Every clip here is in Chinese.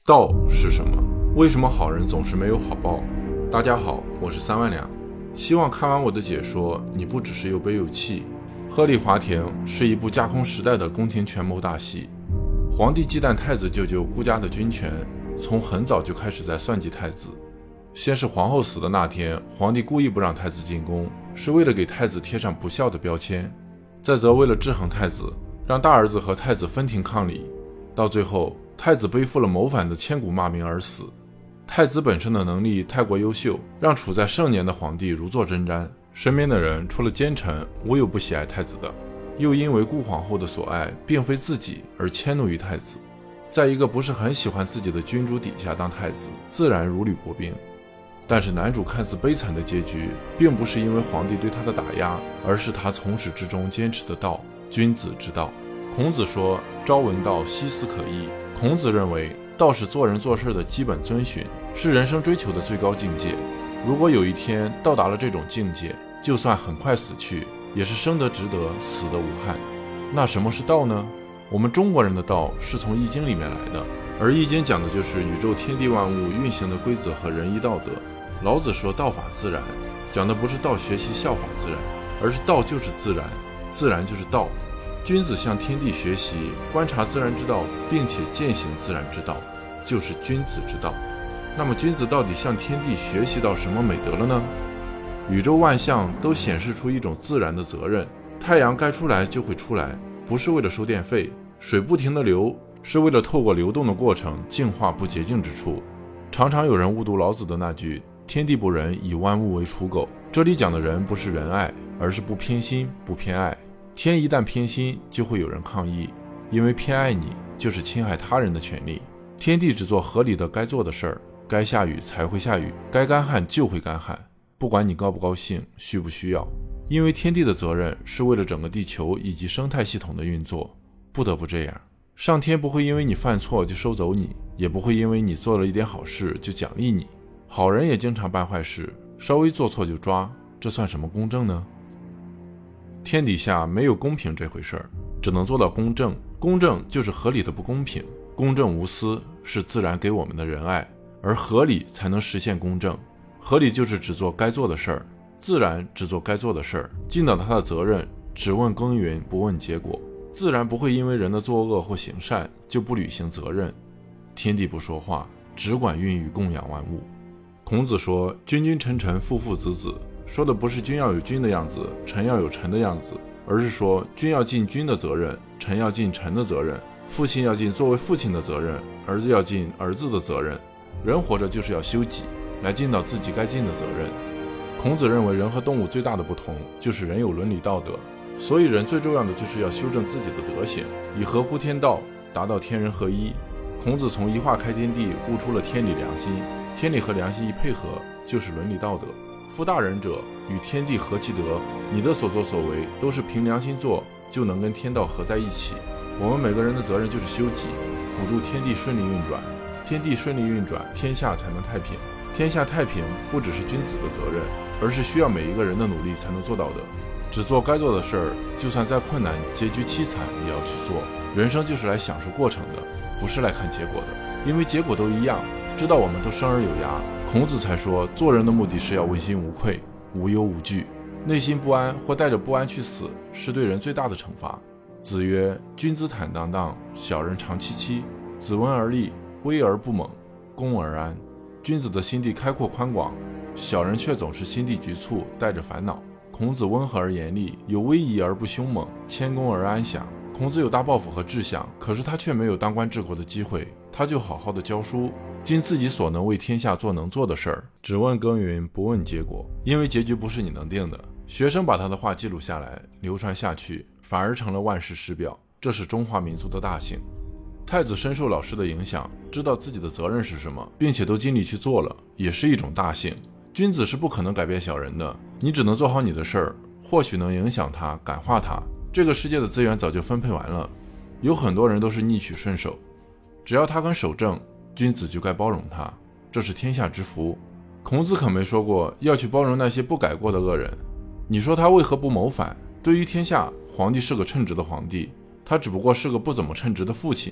道是什么？为什么好人总是没有好报？大家好，我是3万两，希望看完我的解说，你不只是又悲又气。鹤唳华亭是一部架空时代的宫廷权谋大戏，皇帝忌惮太子舅舅顾家的军权，从很早就开始在算计太子。先是皇后死的那天，皇帝故意不让太子进宫，是为了给太子贴上不孝的标签。再则为了制衡太子，让大儿子和太子分庭抗礼，到最后太子背负了谋反的千古骂名而死。太子本身的能力太过优秀，让处在盛年的皇帝如坐针毡，身边的人除了奸臣，无有不喜爱太子的。又因为顾皇后的所爱并非自己而迁怒于太子，在一个不是很喜欢自己的君主底下当太子，自然如履薄冰。但是男主看似悲惨的结局，并不是因为皇帝对他的打压，而是他从始至终坚持的道，君子之道。孔子说朝闻道，夕死可矣。孔子认为道是做人做事的基本遵循，是人生追求的最高境界。如果有一天到达了这种境界，就算很快死去，也是生得值得，死得无憾。那什么是道呢？我们中国人的道是从易经里面来的，而易经讲的就是宇宙天地万物运行的规则和仁义道德。老子说道法自然，讲的不是道学习效法自然，而是道就是自然，自然就是道。君子向天地学习，观察自然之道，并且践行自然之道，就是君子之道。那么君子到底向天地学习到什么美德了呢？宇宙万象都显示出一种自然的责任，太阳该出来就会出来，不是为了收电费；水不停地流，是为了透过流动的过程净化不洁净之处。常常有人误读老子的那句天地不仁，以万物为刍狗，这里讲的人不是仁爱，而是不偏心不偏爱。天一旦偏心，就会有人抗议，因为偏爱你就是侵害他人的权利。天地只做合理的该做的事儿，该下雨才会下雨，该干旱就会干旱，不管你高不高兴，需不需要。因为天地的责任是为了整个地球以及生态系统的运作，不得不这样。上天不会因为你犯错就收走你，也不会因为你做了一点好事就奖励你。好人也经常办坏事，稍微做错就抓，这算什么公正呢？天底下没有公平这回事儿，只能做到公正。公正就是合理的不公平，公正无私是自然给我们的仁爱，而合理才能实现公正。合理就是只做该做的事儿，自然只做该做的事儿，尽到他的责任，只问耕耘不问结果。自然不会因为人的作恶或行善就不履行责任。天地不说话，只管孕育供养万物。孔子说君君臣臣父父子子，说的不是君要有君的样子，臣要有臣的样子，而是说君要尽君的责任，臣要尽臣的责任，父亲要尽作为父亲的责任，儿子要尽儿子的责任。人活着就是要修己，来尽到自己该尽的责任。孔子认为人和动物最大的不同就是人有伦理道德，所以人最重要的就是要修正自己的德行，以合乎天道，达到天人合一。孔子从一化开天地悟出了天理良心，天理和良心一配合就是伦理道德。夫大人者，与天地合其德。你的所作所为都是凭良心做，就能跟天道合在一起。我们每个人的责任就是修己，辅助天地顺利运转。天地顺利运转，天下才能太平。天下太平不只是君子的责任，而是需要每一个人的努力才能做到的。只做该做的事儿，就算再困难，结局凄惨也要去做。人生就是来享受过程的，不是来看结果的，因为结果都一样。知道我们都生而有涯，孔子才说做人的目的是要问心无愧，无忧无惧。内心不安或带着不安去死，是对人最大的惩罚。子曰君子坦荡荡，小人长戚戚。子温而立，威而不猛，恭而安。君子的心地开阔宽广，小人却总是心地局促，带着烦恼。孔子温和而严厉，有威仪而不凶猛，谦恭而安详。孔子有大抱负和志向，可是他却没有当官治国的机会，他就好好的教书，尽自己所能为天下做能做的事儿，只问耕耘不问结果，因为结局不是你能定的。学生把他的话记录下来，流传下去，反而成了万世师表，这是中华民族的大幸。太子深受老师的影响，知道自己的责任是什么，并且都尽力去做了，也是一种大幸。君子是不可能改变小人的，你只能做好你的事儿，或许能影响他，感化他。这个世界的资源早就分配完了，有很多人都是逆取顺受，只要他肯守正，君子就该包容他，这是天下之福。孔子可没说过要去包容那些不改过的恶人。你说他为何不谋反？对于天下，皇帝是个称职的皇帝，他只不过是个不怎么称职的父亲。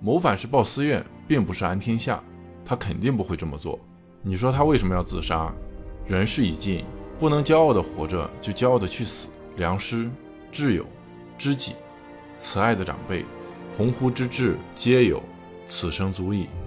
谋反是报私怨，并不是安天下，他肯定不会这么做。你说他为什么要自杀？人事已尽，不能骄傲的活着，就骄傲的去死。良师、挚友、知己、慈爱的长辈，鸿鹄之志皆有，此生足矣。